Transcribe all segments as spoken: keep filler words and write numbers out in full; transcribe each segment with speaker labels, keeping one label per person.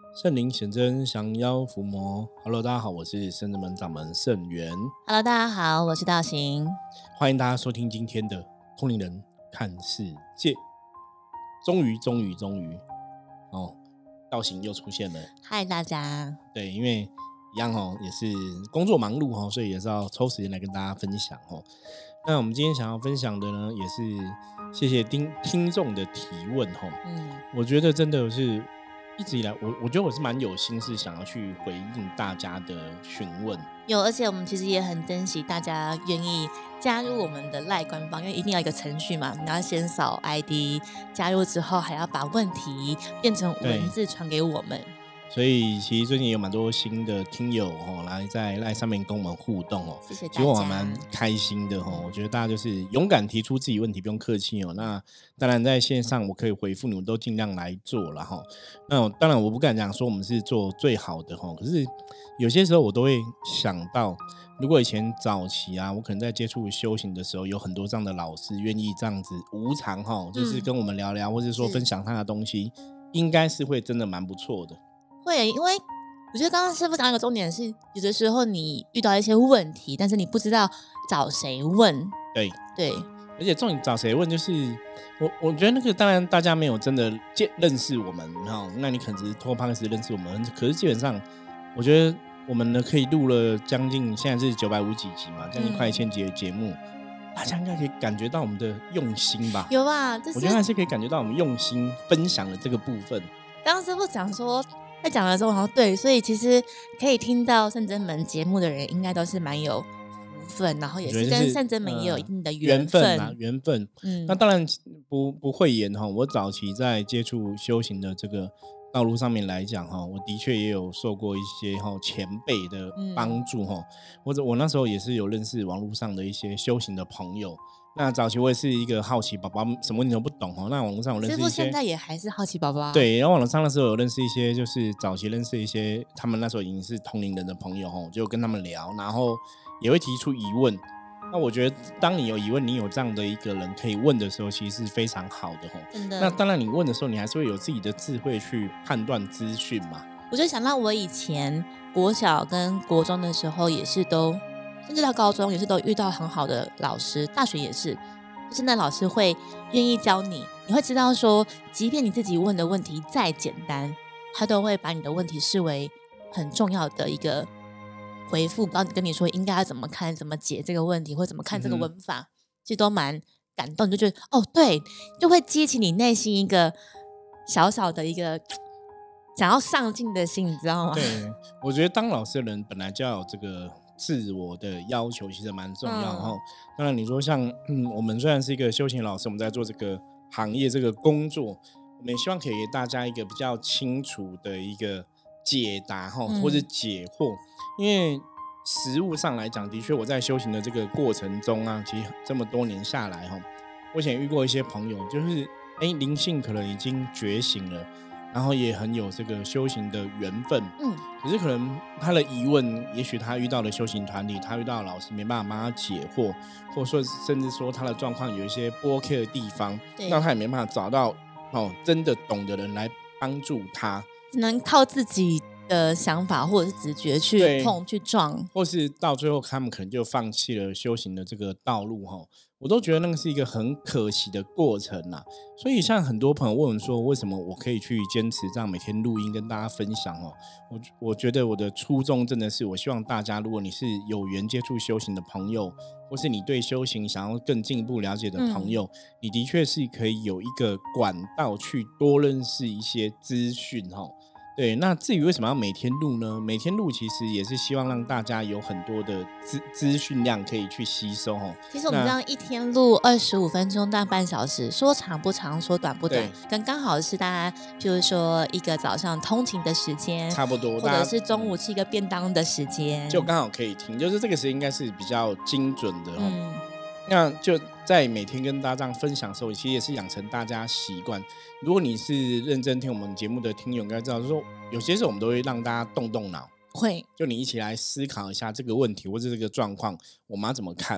Speaker 1: 圣灵显真，降妖伏魔。Hello， 大家好，我是圣真门掌门圣元。
Speaker 2: Hello， 大家好，我是道行。
Speaker 1: 欢迎大家收听今天的通灵人看世界。终于，终于，终于，哦，道行又出现了。
Speaker 2: 嗨，大家。
Speaker 1: 对，因为一样哦，也是工作忙碌哦，所以也是要抽时间来跟大家分享哦。那我们今天想要分享的呢，也是谢谢听听众的提问哦。嗯，我觉得真的是。一直以来，我我觉得我是蛮有心是想要去回应大家的询问，
Speaker 2: 有，而且我们其实也很珍惜大家愿意加入我们的赖官方，因为一定要一个程序嘛，你要先扫 I D， 加入之后还要把问题变成文字传给我们。
Speaker 1: 所以其实最近有蛮多新的听友哦，来在赖上面跟我们互动哦，
Speaker 2: 谢谢大家，
Speaker 1: 其实我还蛮开心的哦。我觉得大家就是勇敢提出自己问题，不用客气哦。那当然在线上我可以回复你们，都尽量来做了哈。那当然我不敢讲说我们是做最好的哈，可是有些时候我都会想到，如果以前早期啊，我可能在接触修行的时候，有很多这样的老师愿意这样子无偿哈，就是跟我们聊聊，嗯、或者说分享他的东西，应该是会真的蛮不错的。
Speaker 2: 会，因为我觉得刚刚师父讲一个重点是，有的时候你遇到一些问题，但是你不知道找谁问。
Speaker 1: 对
Speaker 2: 对，
Speaker 1: 而且重点找谁问，就是我我觉得那个当然大家没有真的见认识我们，那你可能只是托 Podcast 认识我们，可是基本上我觉得我们呢可以录了将近现在是九百五十几集嘛，将近快一千集的节目。嗯，大家应该可以感觉到我们的用心吧？
Speaker 2: 有啊，就是、
Speaker 1: 我觉得还是可以感觉到我们用心分享的这个部分。
Speaker 2: 刚刚师父讲说。在讲的时候，好像对，所以其实可以听到圣真门节目的人，应该都是蛮有福分，然后也是跟圣真门也有一定的缘分。
Speaker 1: 缘分啊，缘分。嗯，那当然不不讳言哈，我早期在接触修行的这个道路上面来讲哈，我的确也有受过一些哈前辈的帮助哈，或者我那时候也是有认识网络上的一些修行的朋友。那早期我也是一个好奇宝宝，什么问题都不懂哦。那网络上有认识一些，
Speaker 2: 师父现在也还是好奇宝宝。
Speaker 1: 对，然后网络上的时候有认识一些，就是早期认识一些，他们那时候已经是同龄人的朋友哦，就跟他们聊，然后也会提出疑问。那我觉得，当你有疑问，你有这样的一个人可以问的时候，其实是非常好的哦。
Speaker 2: 真的。
Speaker 1: 那当然，你问的时候，你还是会有自己的智慧去判断资讯嘛。
Speaker 2: 我就想到我以前国小跟国中的时候，也是都，甚至到高中也是都遇到很好的老师，大学也是。就是那老师会愿意教你，你会知道说，即便你自己问的问题再简单，他都会把你的问题视为很重要的一个回复，然后跟你说应该要怎么看、怎么解这个问题，或怎么看这个文法，嗯、其实都蛮感动。你就觉得哦，对，就会激起你内心一个小小的一个想要上进的心，你知道吗？
Speaker 1: 对，我觉得当老师的人本来就要有这个。自我的要求其实蛮重要哈、嗯。当然，你说像嗯，我们虽然是一个修行老师，我们在做这个行业这个工作，我们也希望可以给大家一个比较清楚的一个解答哈，或者解惑。嗯、因为实务上来讲，的确我在修行的这个过程中啊，其实这么多年下来哈，我以前遇过一些朋友，就是哎灵性可能已经觉醒了。然后也很有这个修行的缘分，嗯，可是可能他的疑问，也许他遇到的修行团体，他遇到的老师没办法帮他解惑，或者说甚至说他的状况有一些波 K 的地方，那他也没办法找到哦真的懂的人来帮助他，
Speaker 2: 只能靠自己的想法或者是直觉去碰去撞，
Speaker 1: 或是到最后他们可能就放弃了修行的这个道路哈。我都觉得那个是一个很可惜的过程啦，所以像很多朋友问我说，为什么我可以去坚持这样每天录音跟大家分享哦？我我觉得我的初衷真的是，我希望大家，如果你是有缘接触修行的朋友，或是你对修行想要更进一步了解的朋友，嗯、你的确是可以有一个管道去多认识一些资讯哈。对，那至于为什么要每天录呢？每天录其实也是希望让大家有很多的资资讯量可以去吸收哦。
Speaker 2: 其实我们这样一天录二十五分钟到半小时，说长不长，说短不短，跟刚好是大家，譬如说一个早上通勤的时间，
Speaker 1: 差不多，
Speaker 2: 或者是中午吃一个便当的时间，
Speaker 1: 就刚好可以听，就是这个时间应该是比较精准的哦。嗯，那就在每天跟大家这样分享的时候，其实也是养成大家习惯。如果你是认真听我们节目的听友，应该知道，就是说有些时候我们都会让大家动动脑，
Speaker 2: 会，
Speaker 1: 就你一起来思考一下这个问题或者这个状况，我们要怎么看。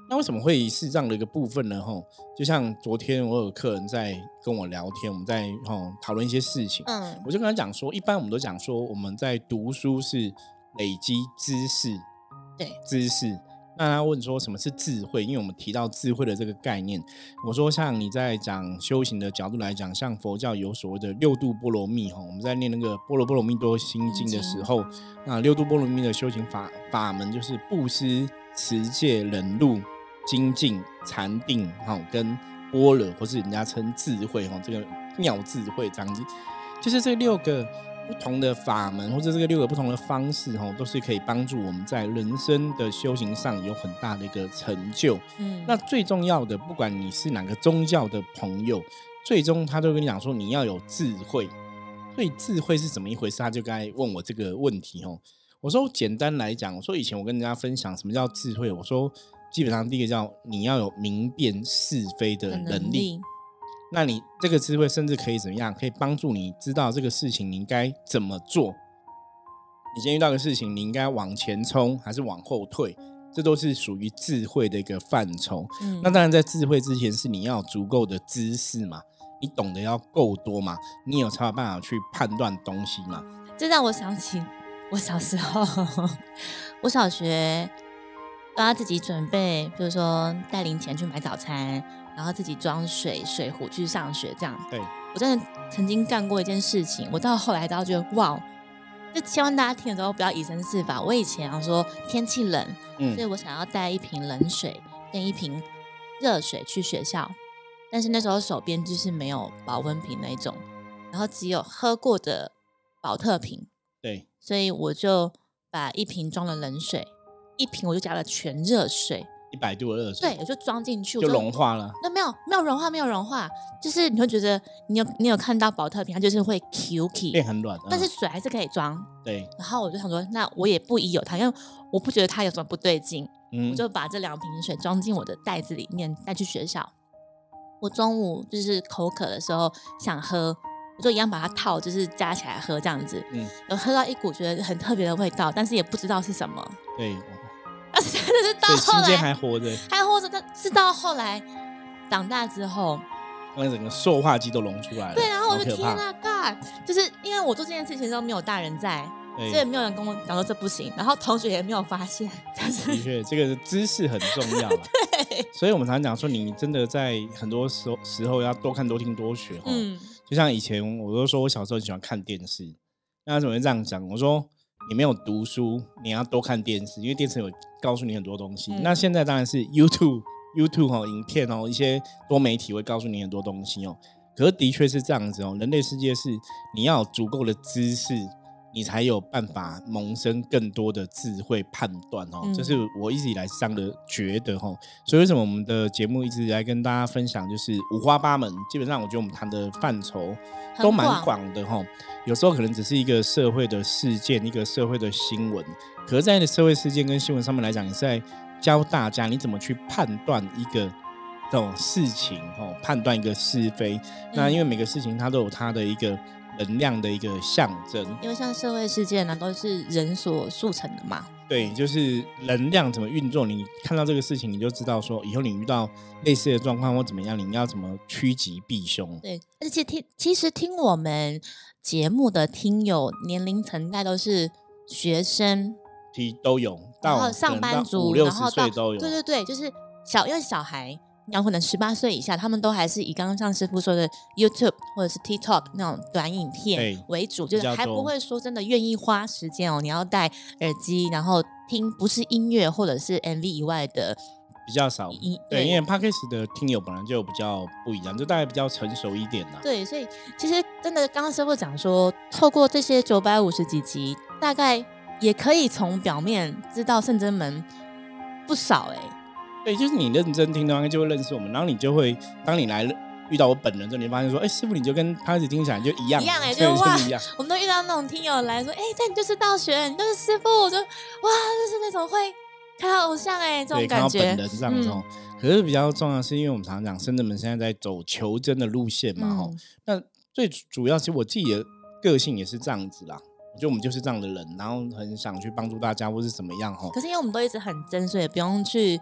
Speaker 1: 那为什么会是这样的一个部分呢？吼，就像昨天我有客人在跟我聊天，我们在吼讨论一些事情，
Speaker 2: 嗯，
Speaker 1: 我就跟他讲说，一般我们都讲说我们在读书是累积知识，
Speaker 2: 对，
Speaker 1: 知识。那他问说什么是智慧？因为我们提到智慧的这个概念，我说像你在讲修行的角度来讲，像佛教有所谓的六度波罗蜜，我们在念那个般若波罗蜜多心经的时候，那六度波罗蜜的修行法法门就是布施、持戒、忍辱、精进、禅定跟般若，或是人家称智慧，这个妙智慧这样子，就是这六个不同的法门，或者这个六个不同的方式，都是可以帮助我们在人生的修行上有很大的一个成就。嗯，那最重要的，不管你是哪个宗教的朋友，最终他都跟你讲说你要有智慧。所以智慧是怎么一回事？他就刚才问我这个问题。我说简单来讲，我说以前我跟人家分享什么叫智慧，我说基本上第一个叫你要有明辨是非的能力。那你这个智慧甚至可以怎么样？可以帮助你知道这个事情你应该怎么做。你今天遇到的事情，你应该往前冲还是往后退？这都是属于智慧的一个范畴。嗯，那当然在智慧之前是你要有足够的知识嘛，你懂得要够多嘛，你有才有办法去判断东西嘛。
Speaker 2: 这让我想起我小时候，我小学都要自己准备，比如说带零钱去买早餐，然后自己装水水壶去上学，这样。
Speaker 1: 对，
Speaker 2: 我真的曾经干过一件事情，我到后来都觉得哇，就希望大家听的时候不要以身试法。我以前啊说天气冷，嗯，所以我想要带一瓶冷水跟一瓶热水去学校，但是那时候手边就是没有保温瓶那一种，然后只有喝过的保特瓶。
Speaker 1: 对，
Speaker 2: 所以我就把一瓶装了冷水，一瓶我就加了全热水，
Speaker 1: 一百度的热水，
Speaker 2: 对，我就装进去，
Speaker 1: 就融化了。
Speaker 2: 那没有没有融化，没有融化，就是你会觉得你有你有看到保特瓶，它就是会 Q Q
Speaker 1: 变很软，嗯，
Speaker 2: 但是水还是可以装。
Speaker 1: 对，
Speaker 2: 然后我就想说，那我也不疑有它，因为我不觉得它有什么不对劲，嗯，我就把这两瓶水装进我的袋子里面带去学校。我中午就是口渴的时候想喝，我就一样把它套，就是加起来喝这样子。嗯，有喝到一股觉得很特别的味道，但是也不知道是什么。
Speaker 1: 对，
Speaker 2: 但是是到后来，
Speaker 1: 期间还活着，
Speaker 2: 还活着，但是到后来长大之后，
Speaker 1: 那整个塑化剂都溶出来了。
Speaker 2: 对，然后我就天啊 God， 就是因为我做这件事情的时候没有大人在，所以没有人跟我讲说这不行，然后同学也没有发现。
Speaker 1: 的确，这个知识很重要。
Speaker 2: 对，
Speaker 1: 所以我们常常讲说，你真的在很多时候时候要多看、多听、多学。嗯。就像以前我都说我小时候喜欢看电视，那为什么会这样讲？我说你没有读书，你要多看电视，因为电视有告诉你很多东西。嗯，那现在当然是 YouTube YouTube 哦，影片哦，一些多媒体会告诉你很多东西哦。可是的确是这样子哦，人类世界是你要有足够的知识，你才有办法萌生更多的智慧判断哦，嗯，这是我一直以来这样的觉得哦。所以为什么我们的节目一直来跟大家分享，就是五花八门，基本上我觉得我们谈的范畴都蛮广的哦。有时候可能只是一个社会的事件，一个社会的新闻，可是在社会事件跟新闻上面来讲，也是在教大家你怎么去判断一个这种事情哦，判断一个是非。嗯，那因为每个事情它都有它的一个能量的一个象征，
Speaker 2: 因为像社会事件呢，都是人所塑成的嘛。
Speaker 1: 对，就是能量怎么运作，你看到这个事情，你就知道说，以后你遇到类似的状况或怎么样，你要怎么趋吉避凶。
Speaker 2: 对，而且听其实听我们节目的听友年龄层大概都是学生，
Speaker 1: 都有，
Speaker 2: 然后上班族，
Speaker 1: 五六十岁都有。
Speaker 2: 对对对，就是小，因为小孩。然后可能十八岁以下，他们都还是以刚刚像师傅说的 YouTube 或者是 TikTok 那种短影片为主，就是还不会说真的愿意花时间哦。你要戴耳机，然后听不是音乐或者是 M V 以外的
Speaker 1: 比较少。对，因为 Podcast 的听友本来就比较不一样，就大概比较成熟一点啦。
Speaker 2: 对，所以其实真的刚刚师傅讲说，透过这些九百五十几集，大概也可以从表面知道圣真门不少哎、欸。
Speaker 1: 对，就是你认真听的话，就会认识我们，然后你就会，当你来遇到我本人之后，你发现说，哎，师傅你就跟他一直听起来就一样，
Speaker 2: 一样哎、欸，就哇，我们都遇到那种听友来说，哎，这你就是道玄，你就是师傅，我就哇，就是那种会看到偶像哎、欸，这种感觉，
Speaker 1: 对，看到本人这样子、嗯。可是比较重要的是，因为我们常常讲，圣真门现在在走求真的路线嘛，哈、嗯，那最主要其实我自己的个性也是这样子啦。我觉得我们就是这样的人，然后很想去帮助大家或是怎么样哈。
Speaker 2: 可是因为我们都一直很真，所以不用去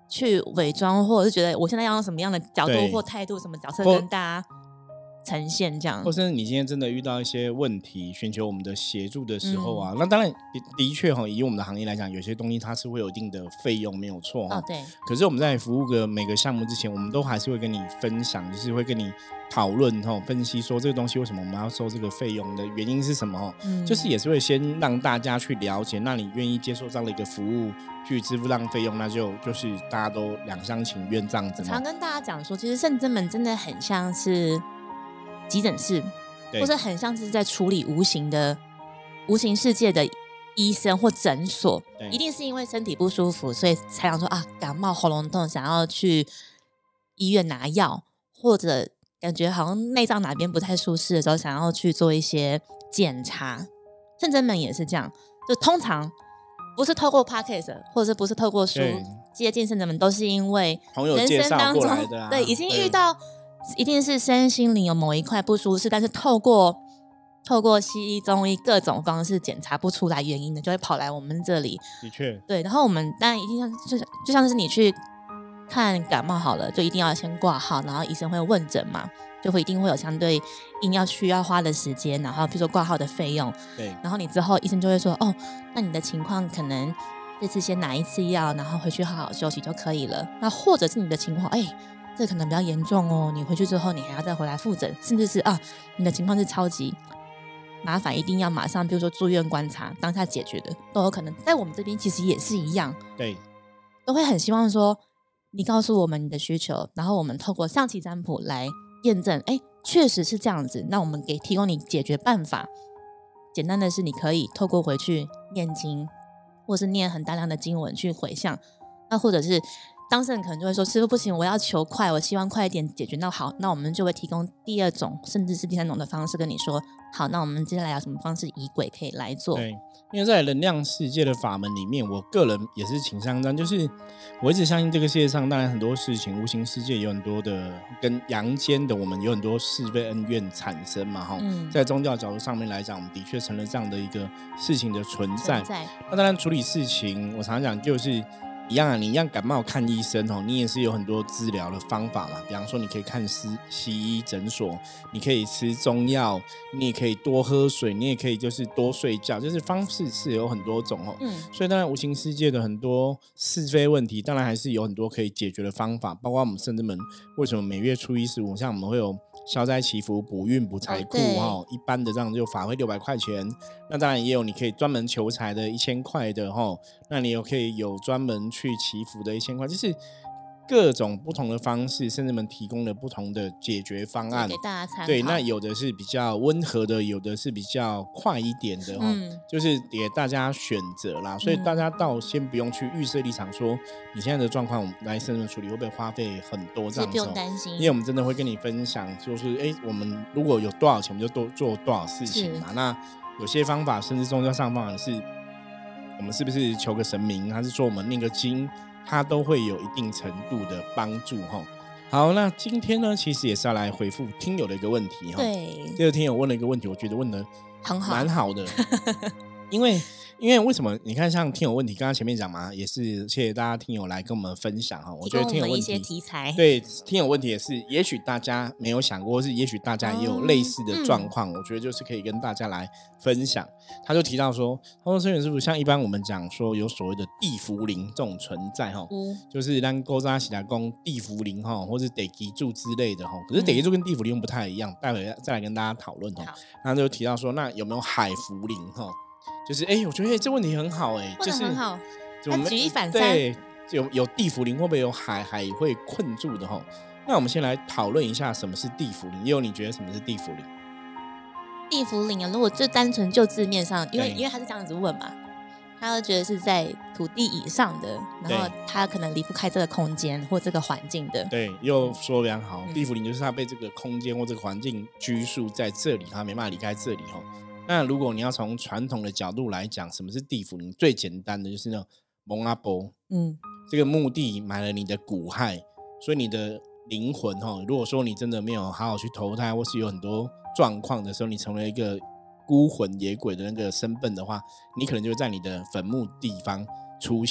Speaker 2: 去伪装，或者是觉得我现在要用什么样的角度或态度、什么角色跟大家呈现这样。
Speaker 1: 或是你今天真的遇到一些问题，寻求我们的协助的时候啊，嗯、那当然的确哈，以我们的行业来讲，有些东西它是会有一定的费用，没有错哈。
Speaker 2: 哦，对。
Speaker 1: 可是我们在服务个每个项目之前，我们都还是会跟你分享，就是会跟你讨论哈，分析说这个东西为什么我们要收这个费用的原因是什么哈、嗯，就是也是会先让大家去了解，那你愿意接受这样的一个服务，去支付这样费用，那就就是大家都两厢情愿这样子。
Speaker 2: 我常跟大家讲说，其实圣真门真的很像是急诊室，或者很像是在处理无形的无形世界的医生或诊所，一定是因为身体不舒服，所以才想说啊，感冒喉咙痛想要去医院拿药，或者感觉好像内脏哪边不太舒适的时候想要去做一些检查。圣真门也是这样，就通常不是透过 podcast 或者是不是透过书接近圣真门，都是因为人生当中、啊、对已经遇到一定是身心灵有某一块不舒适，但是透过透过西医中医各种方式检查不出来原因的，就会跑来我们这里。
Speaker 1: 的确，
Speaker 2: 对，然后我们当然一定像就就像是你去看感冒好了，就一定要先挂号，然后医生会问诊嘛，就会一定会有相对应要需要花的时间，然后比如说挂号的费用，
Speaker 1: 对，
Speaker 2: 然后你之后医生就会说，哦，那你的情况可能这次先拿一次药，然后回去好好休息就可以了。那或者是你的情况，哎。这可能比较严重哦，你回去之后你还要再回来复诊，甚至是啊，你的情况是超级麻烦，一定要马上比如说住院观察当下解决的都有可能。在我们这边其实也是一样，
Speaker 1: 对，
Speaker 2: 都会很希望说你告诉我们你的需求，然后我们透过象棋占卜来验证，哎，确实是这样子，那我们给提供你解决办法。简单的是你可以透过回去念经，或是念很大量的经文去回向，那或者是当事人可能就会说，师父不行，我要求快，我希望快一点解决。那好，那我们就会提供第二种甚至是第三种的方式跟你说，好，那我们接下来有什么方式仪轨可以来做。
Speaker 1: 对，因为在能量世界的法门里面，我个人也是倾向这样，就是我一直相信这个世界上当然很多事情，无形世界有很多的跟阳间的我们有很多是非恩怨产生嘛、嗯、在宗教角度上面来讲，我们的确成了这样的一个事情的存在, 存在那当然处理事情我常常讲就是一样啊，你一样感冒看医生哦，你也是有很多治疗的方法嘛。比方说，你可以看西医诊所，你可以吃中药，你也可以多喝水，你也可以就是多睡觉，就是方式是有很多种哦。嗯，所以当然无形世界的很多是非问题，当然还是有很多可以解决的方法。包括我们圣真门为什么每月初一十五，像我们会有消灾祈福、补运、补财库哈、哦，一般的这样就法会六百块钱。那当然也有你可以专门求财的一千块的哈、哦，那你有可以有专门去祈福的一千块，就是各种不同的方式，甚至们提供了不同的解决方案
Speaker 2: 给大家参考。
Speaker 1: 对，那有的是比较温和的，有的是比较快一点的、嗯、就是给大家选择啦。所以大家倒先不用去预设立场说，你现在的状况来圣真处理会不会花费很多这样子、哦，
Speaker 2: 不用担心，
Speaker 1: 因为我们真的会跟你分享，就是哎，我们如果有多少钱，我们就多做多少事情嘛。那有些方法，甚至宗教上方法是，我们是不是求个神明，还是说我们念个经，它都会有一定程度的帮助哈。好，那今天呢，其实也是要来回复听友的一个问题哈。
Speaker 2: 对，
Speaker 1: 这个听友问了一个问题，我觉得问的
Speaker 2: 很好，
Speaker 1: 蛮好的，因为。因为为什么你看像听友问题刚刚前面讲嘛，也是谢谢大家听友来跟我们分享哈。我觉得听友问题
Speaker 2: 一些题材，
Speaker 1: 对听友问题也是，也许大家没有想过，或是也许大家也有类似的状况、嗯，我觉得就是可以跟大家来分享。他就提到说，他说圣元师傅，像一般我们讲说有所谓的地茯苓这种存在哈、嗯，就是让勾扎喜来公地茯苓哈，或是得基柱之类的哈。可是得基柱跟地茯苓不太一样，待会再来跟大家讨论哈。然后就提到说，那有没有海茯苓哈？就是哎、欸，我觉得、欸、这问题很好哎、欸，就是
Speaker 2: 很好，他举一反三，
Speaker 1: 对，有有地茯苓会不会有海海会困住的哈？那我们先来讨论一下什么是地茯苓，也有你觉得什么是地茯苓？
Speaker 2: 地茯苓啊，如果就单纯就字面上，因为因为他是这样子问嘛，他就觉得是在土地以上的，然后他可能离不开这个空间或这个环境的。
Speaker 1: 对，又说非常好，嗯、地茯苓就是他被这个空间或这个环境拘束在这里，他没办法离开这里哈。那如果你要从传统的角度来讲，什么是地茯苓？最简单的就是那种蒙阿波，嗯，这个墓地埋了你的骨骸，所以你的灵魂哈，如果说你真的没有好好去投胎，或是有很多状况的时候，你成为一个孤魂野鬼的那个身份的话，你可能就会在你的坟墓地方出现。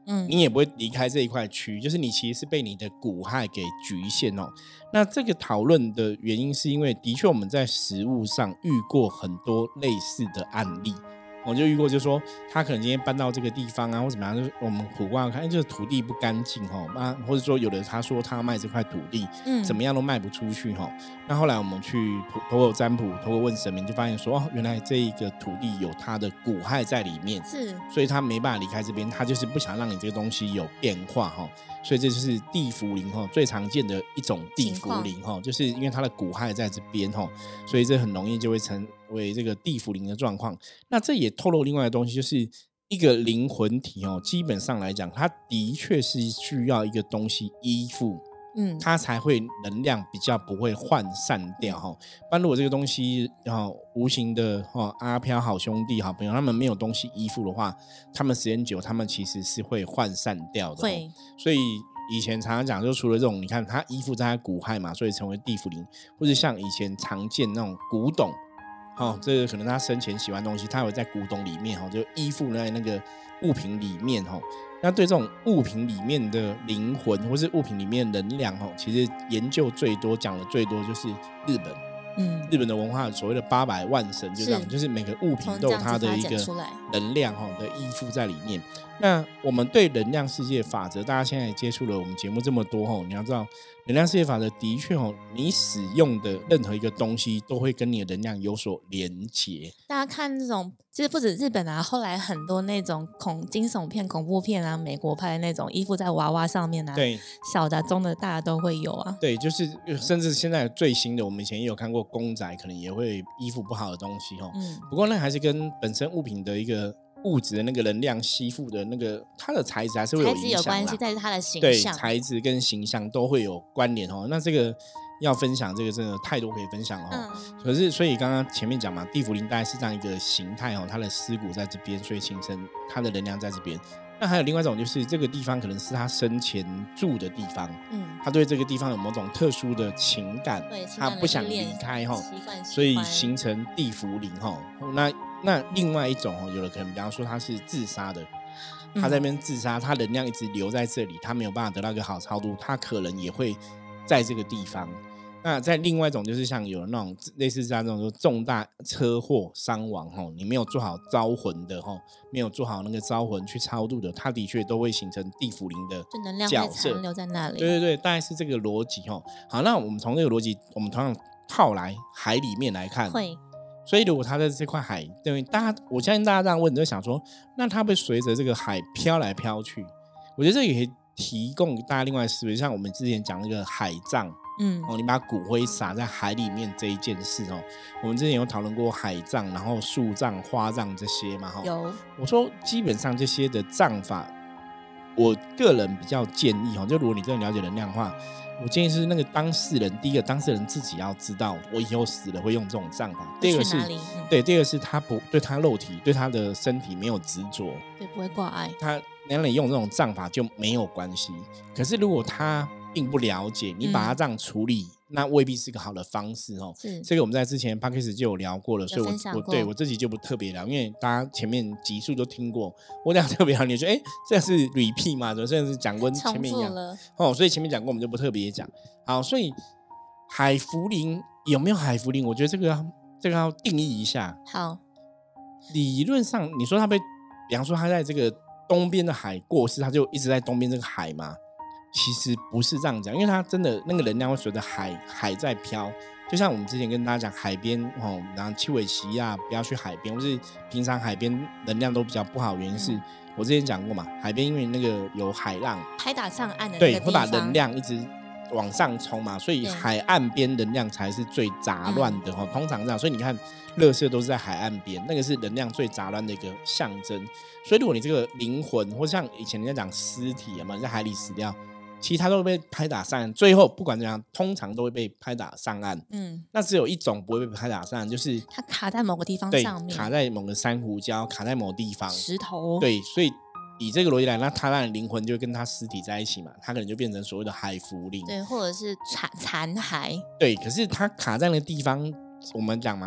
Speaker 2: 嗯，
Speaker 1: 你也不会离开这一块区域，就是你其实是被你的骨骸给局限哦。那这个讨论的原因是因为的确我们在实务上遇过很多类似的案例。我就遇过，就是说他可能今天搬到这个地方啊，或怎么样，就是我们普观看，就是土地不干净哈，啊，或者说有的他说他卖这块土地，嗯，怎么样都卖不出去哈。那后来我们去透过占卜，透过问神明，就发现说，哦，原来这一个土地有他的骨骸在里面，
Speaker 2: 是，
Speaker 1: 所以他没办法离开这边，他就是不想让你这个东西有变化哈。所以这就是地茯苓哈最常见的一种地茯苓哈，就是因为它的骨骸在这边哈，所以这很容易就会成为这个地茯苓的状况。那这也透露另外的东西，就是一个灵魂体哦，基本上来讲，它的确是需要一个东西依附。嗯，它才会能量比较不会涣散掉哈。不然如果这个东西哦无形的哦阿飘好兄弟好朋友他们没有东西依附的话，他们时间久，他们其实是会涣散掉的。
Speaker 2: 会，
Speaker 1: 所以以前常常讲，就除了这种，你看它依附在它骨骸嘛，所以成为地茯苓，或者像以前常见那种古董。哦，这个可能他生前喜欢的东西，他会在古董里面哈，就依附在那个物品里面哈。那对这种物品里面的灵魂，或是物品里面的能量哈，其实研究最多、讲的最多就是日本。嗯，日本的文化所谓的八百万神就这样，是就是每个物品都有它的一个能量的依附在里面。那我们对能量世界法则，大家现在也接触了我们节目这么多，你要知道能量世界法则的确你使用的任何一个东西都会跟你的能量有所连结。
Speaker 2: 大家看这种其实不止日本啊，后来很多那种恐惊悚片、恐怖片啊，美国拍的那种依附在娃娃上面啊，
Speaker 1: 对，
Speaker 2: 小的、中的、大的都会有啊。
Speaker 1: 对，就是甚至现在最新的，我们以前也有看过公仔，可能也会依附不好的东西哦。嗯，不过那还是跟本身物品的一个物质的那个能量吸附的那个它的材质还是会有影响啦，材质有关系，
Speaker 2: 在它的形象，
Speaker 1: 对，材质跟形象都会有关联哦。那这个要分享，这个真的太多可以分享了哦。嗯、可是所以刚刚前面讲嘛，地茯苓大概是这样一个形态哦，它的尸骨在这边，所以形成它的能量在这边。那还有另外一种，就是这个地方可能是他生前住的地方，嗯，他对这个地方有某种特殊的情感，
Speaker 2: 对，
Speaker 1: 他不想离开哈，所以形成地茯苓哈。那那另外一种哦，有的可能比方说他是自杀的，他在那边自杀，他能量一直留在这里，他没有办法得到一个好超度，他可能也会在这个地方。那在另外一种就是像有那种类似像这种重大车祸伤亡吼，你没有做好招魂的吼，没有做好那个招魂去超度的，它的确都会形成地茯苓的角色，
Speaker 2: 能量会残留在那里。
Speaker 1: 对对对，大概是这个逻辑吼。好，那我们从这个逻辑，我们同样套来海里面来看，
Speaker 2: 会。
Speaker 1: 所以如果它在这块海，对大家，我相信大家这样问，你就想说，那它会随着这个海飘来飘去？我觉得这也可以提供大家另外思维，像我们之前讲那个海葬。嗯，哦，你把骨灰撒在海里面这一件事哦，我们之前有讨论过海葬，然后树葬、花葬这些嘛，哈。
Speaker 2: 有，
Speaker 1: 我说基本上这些的葬法，我个人比较建议哈，就如果你真的了解能量的话，我建议是那个当事人，第一个当事人自己要知道，我以后死了会用这种葬法。第二个是，嗯、对，第二个是他不对他肉体、对他的身体没有执着，
Speaker 2: 对，不会挂碍。
Speaker 1: 他那你用这种葬法就没有关系。可是如果他并不了解，你把它这样处理，嗯、那未必是个好的方式哦。是这个我们在之前 podcast 就有聊过了，所以我我对我自己就不特别聊，因为大家前面集数都听过，我这样特别聊，你觉得哎，这是 repeat 嘛？甚至是讲跟前面一样哦，所以前面讲过我们就不特别讲。好，所以海茯苓有没有海茯苓？我觉得这个要这个要定义一下。
Speaker 2: 好，
Speaker 1: 理论上你说它被，比方说它在这个东边的海过世，它就一直在东边这个海嘛？其实不是这样讲，因为它真的那个能量会随着海海在飘，就像我们之前跟大家讲海边哦，然后七尾鳍啊，不要去海边，或是平常海边能量都比较不好，原因是、嗯、我之前讲过嘛，海边因为那个有海浪
Speaker 2: 拍打上岸的那个
Speaker 1: 对，会把能量一直往上冲嘛，所以海岸边能量才是最杂乱的、嗯、通常这样，所以你看垃圾都是在海岸边，那个是能量最杂乱的一个象征。所以如果你这个灵魂，或像以前人家讲尸体嘛，你在海里死掉，其实它都会被拍打上岸，最后不管怎样，通常都会被拍打上岸。嗯，那只有一种不会被拍打上岸，就是
Speaker 2: 它卡在某个地方上面，
Speaker 1: 卡在某个珊瑚礁，卡在某地方，
Speaker 2: 石头。
Speaker 1: 对，所以以这个逻辑来，那它的灵魂就跟它尸体在一起嘛，它可能就变成所谓的海茯苓，
Speaker 2: 对，或者是残残骸。
Speaker 1: 对，可是它卡在那个地方，我们讲嘛，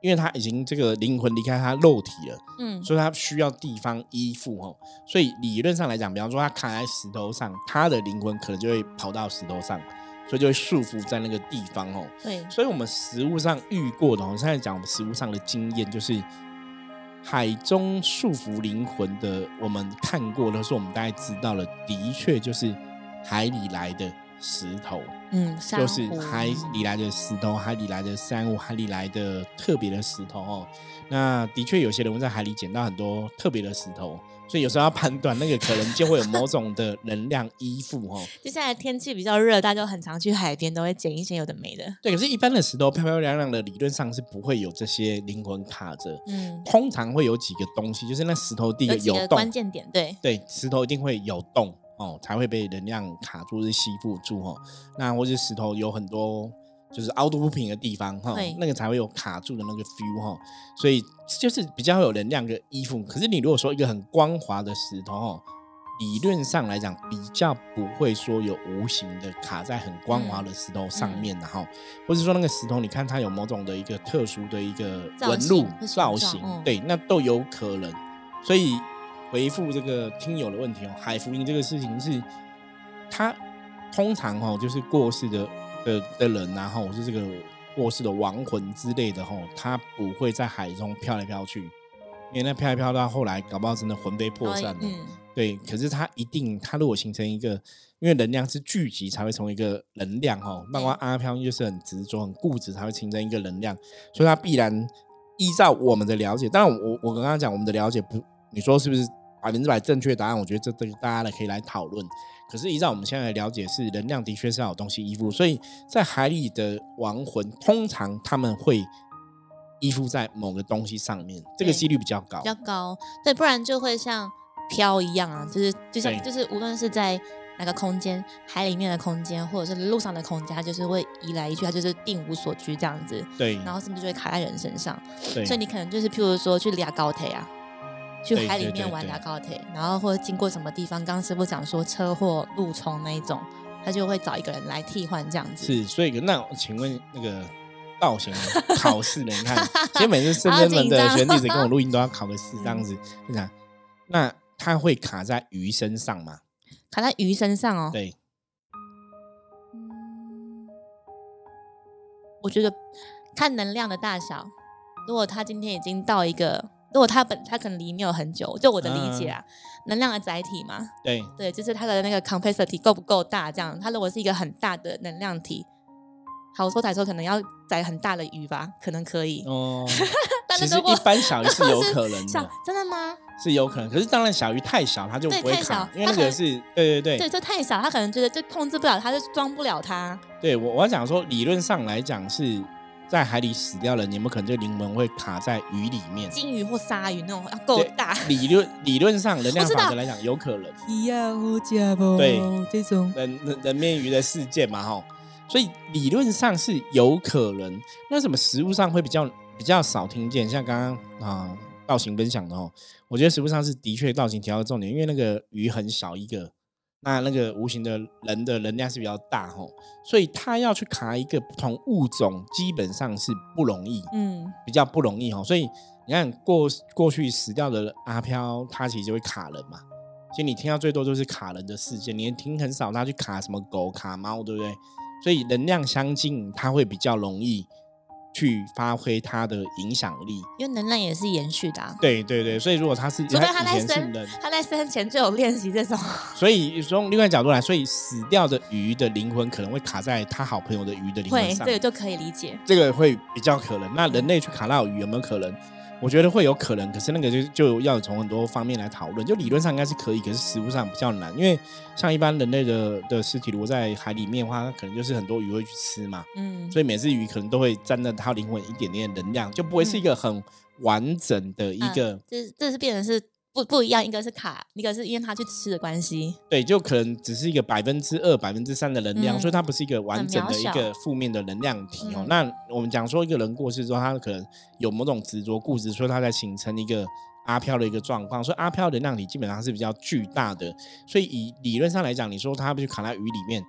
Speaker 1: 因为他已经这个灵魂离开他肉体了，
Speaker 2: 嗯，
Speaker 1: 所以他需要地方依附哦。所以理论上来讲，比方说他卡在石头上，他的灵魂可能就会跑到石头上，所以就会束缚在那个地方哦。
Speaker 2: 对，
Speaker 1: 所以我们实务上遇过的哦，现在讲我们实务上的经验，就是海中束缚灵魂的，我们看过的是我们大概知道了，的确就是海里来的石头。
Speaker 2: 嗯，
Speaker 1: 就是海里来的石头，海里来的珊瑚，海里来的特别的石头哦。那的确有些人会在海里捡到很多特别的石头，所以有时候要判断那个可能就会有某种的能量依附哦。
Speaker 2: 接下来天气比较热，大家就很常去海边，都会捡一些有的没的。
Speaker 1: 对，可是一般的石头漂漂亮亮的，理论上是不会有这些灵魂卡着。
Speaker 2: 嗯，
Speaker 1: 通常会有几个东西，就是那石头第一个有动，
Speaker 2: 关键点，对
Speaker 1: 对，石头一定会有动。哦，才会被能量卡住，是吸附住哦。那或者石头有很多就是凹凸不平的地方哈，那个才会有卡住的那个 feel 哈。所以就是比较有能量的依附。可是你如果说一个很光滑的石头哦，理论上来讲比较不会说有无形的卡在很光滑的石头上面，然后、嗯嗯、或者说那个石头，你看它有某种的一个特殊的一个纹路造型，
Speaker 2: 嗯、
Speaker 1: 对，那都有可能。所以。回复这个听友的问题哦，海福音这个事情是，他通常哦就是过世的的的人啊，或是这个过世的亡魂之类的哦，他不会在海中飘来飘去，因为那飘来飘到后来，搞不好真的魂飞魄散了。嗯、对，可是他一定，他如果形成一个，因为能量是聚集才会成为一个能量哦，包括阿飘就是很执着、很固执才会形成一个能量，所以他必然依照我们的了解，当然我我刚刚讲我们的了解不，你说是不是？百分之百正确答案，我觉得这这个大家可以来讨论。可是依照我们现在的了解，是能量的确是要有东西依附，所以在海里的亡魂，通常他们会依附在某个东西上面，这个几率比较高，
Speaker 2: 比较高。对，不然就会像飘一样啊，就是就像就是无论是在哪个空间，海里面的空间，或者是路上的空间，它就是会移来移去，它就是定无所居这样子。
Speaker 1: 对，
Speaker 2: 然后甚至就会卡在人身上。
Speaker 1: 对，
Speaker 2: 所以你可能就是譬如说去抓高铁啊。去海里面玩打高铁，然后或者经过什么地方，刚刚师傅讲说车祸、路冲那一种，他就会找一个人来替换这样子。
Speaker 1: 是，所以那请问那个道行考试呢？你看，其实每次圣真门的学弟子跟我录音都要考个试，这样子，你看，那他会卡在鱼身上吗？
Speaker 2: 卡在鱼身上哦。
Speaker 1: 对。
Speaker 2: 嗯，我觉得看能量的大小，如果他今天已经到一个。如果他本他可能离你有很久，就我的理解啊，嗯、能量的载体嘛，
Speaker 1: 对
Speaker 2: 对，就是它的那个 capacity 够不够大，这样。它如果是一个很大的能量体，好说台说可能要载很大的鱼吧，可能可以。
Speaker 1: 哦，但是其实一般小鱼是有可能的，
Speaker 2: 真的吗？
Speaker 1: 是有可能，可是当然小鱼太小，它就不会卡，因为那个是对对对
Speaker 2: 对，就太小，它可能觉得就控制不了它，就装不了它。
Speaker 1: 对我我要讲说，理论上来讲是。在海里死掉了，你们可能这个灵魂会卡在鱼里面，
Speaker 2: 金鱼或鲨鱼那种要够大。
Speaker 1: 理论理论上，能量法则来讲有可能。对，
Speaker 2: 这种
Speaker 1: 人人人面鱼的事件嘛，哈，所以理论上是有可能。那什么实物上会比较比较少听见，像刚刚啊道行分享的哦，我觉得实物上是的确道行提到重点，因为那个鱼很小一个。那那个无形的人的能量是比较大吼，所以他要去卡一个不同物种，基本上是不容易，嗯，比较不容易吼。所以你看过过去死掉的阿飘，他其实就会卡人嘛。其实你听到最多就是卡人的事件，你听很少他去卡什么狗、卡猫，对不对？所以能量相近，他会比较容易去发挥它的影响力，
Speaker 2: 因为能量也是延续的、啊。
Speaker 1: 对对对，所以如果他是，
Speaker 2: 除非他在生，他在生前就有练习这种。
Speaker 1: 所以从另外角度来，所以死掉的鱼的灵魂可能会卡在他好朋友的鱼的灵魂上，
Speaker 2: 会，这个就可以理解。
Speaker 1: 这个会比较可能。那人类去卡到鱼有没有可能？我觉得会有可能，可是那个就就要从很多方面来讨论。就理论上应该是可以，可是实物上比较难，因为像一般人类的的尸体如果在海里面的话，可能就是很多鱼会去吃嘛，嗯，所以每只鱼可能都会沾着它灵魂一点点的能量，就不会是一个很完整的一个。
Speaker 2: 嗯、这这是变成是不不一样，一个是卡，一个是因为它去吃的关系。
Speaker 1: 对，就可能只是一个百分之二、百分之三的能量、嗯，所以它不是一个完整的一个负面的能量体哦。嗯、那我们讲说一个人过世之后，他可能有某种执着固执，所以他才形成一个阿飘的一个状况。所以阿飘的能量体基本上是比较巨大的，所以以理论上来讲，你说他去卡在鱼里面，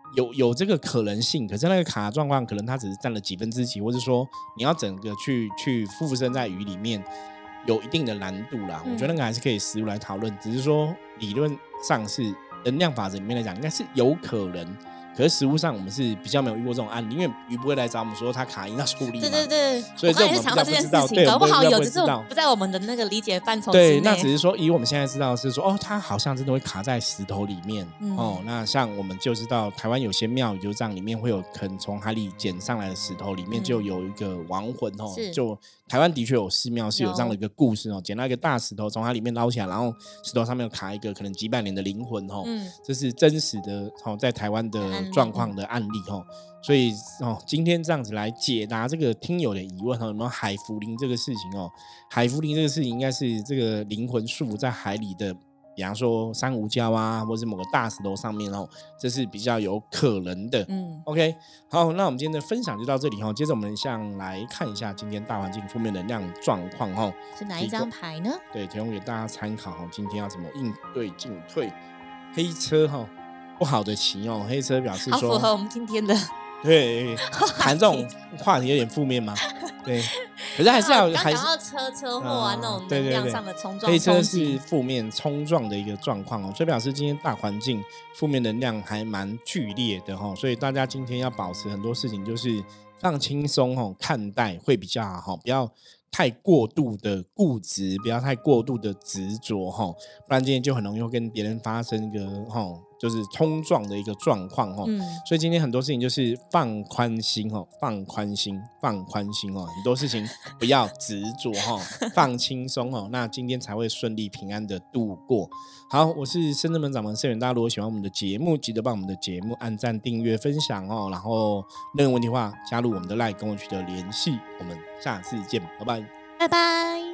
Speaker 1: 有有这个可能性，可是那个卡状况可能它只是占了几分之几，或者说你要整个去去附身在鱼里面，有一定的难度啦。嗯、我觉得那个还是可以实物来讨论，只是说理论上是能量法则里面来讲，应该是有可能。可是实物上我们是比较没有遇过这种案例，因为鱼不会来找我们说它卡音要处理嘛，
Speaker 2: 对对对，
Speaker 1: 所以这我们比较不知道，对，
Speaker 2: 搞不好有，只是
Speaker 1: 不
Speaker 2: 不在我们的那个理解范畴之内。
Speaker 1: 对，那只是说以我们现在知道的是说，哦，它好像真的会卡在石头里面、嗯、哦。那像我们就知道台湾有些庙宇就这样，里面会有可能从海里捡上来的石头里面就有一个亡魂、嗯、哦，就台湾的确有寺庙是有这样的一个故事哦，捡到一个大石头从它里面捞起来，然后石头上面有卡一个可能几百年的灵魂哦、嗯，这是真实的哦，在台湾的状况的案例。所以、哦、今天这样子来解答这个听友的疑问、哦、有没有海茯苓这个事情哦？海茯苓这个事情应该是这个灵魂束在海里的，比方说珊瑚礁啊，或是某个大石头上面哦，这是比较有可能的。嗯 ，OK， 好，那我们今天的分享就到这里哦。接着我们像来看一下今天大环境负面能量状况哦，
Speaker 2: 是哪一张牌呢？
Speaker 1: 对，提供给大家参考哦。今天要怎么应对进退？黑车哈、哦。不好的棋哦，黑车表示说
Speaker 2: 好符合我们今天的
Speaker 1: 对谈这种话题有点负面嘛，对，可是还是要还是
Speaker 2: 讲到车车祸啊、嗯、那种能量上的冲撞，
Speaker 1: 黑车是负面冲撞的一个状况哦，所以表示今天大环境负面能量还蛮剧烈的哦，所以大家今天要保持很多事情就是放轻松哦看待会比较好，不要太过度的固执，不要太过度的执着哈，不然今天就很容易会跟别人发生一个哈，就是冲撞的一个状况哈。嗯，所以今天很多事情就是放宽心哈，放宽心，放宽心哦，很多事情不要执着哈，放轻松哦，那今天才会顺利平安的度过。好，我是深圳门掌门盛元，大家如果喜欢我们的节目，记得帮我们的节目按赞、订阅、分享哦。然后任何问题的话，加入我们的 LINE 跟我取得联系。我们下次见，拜拜，
Speaker 2: 拜拜。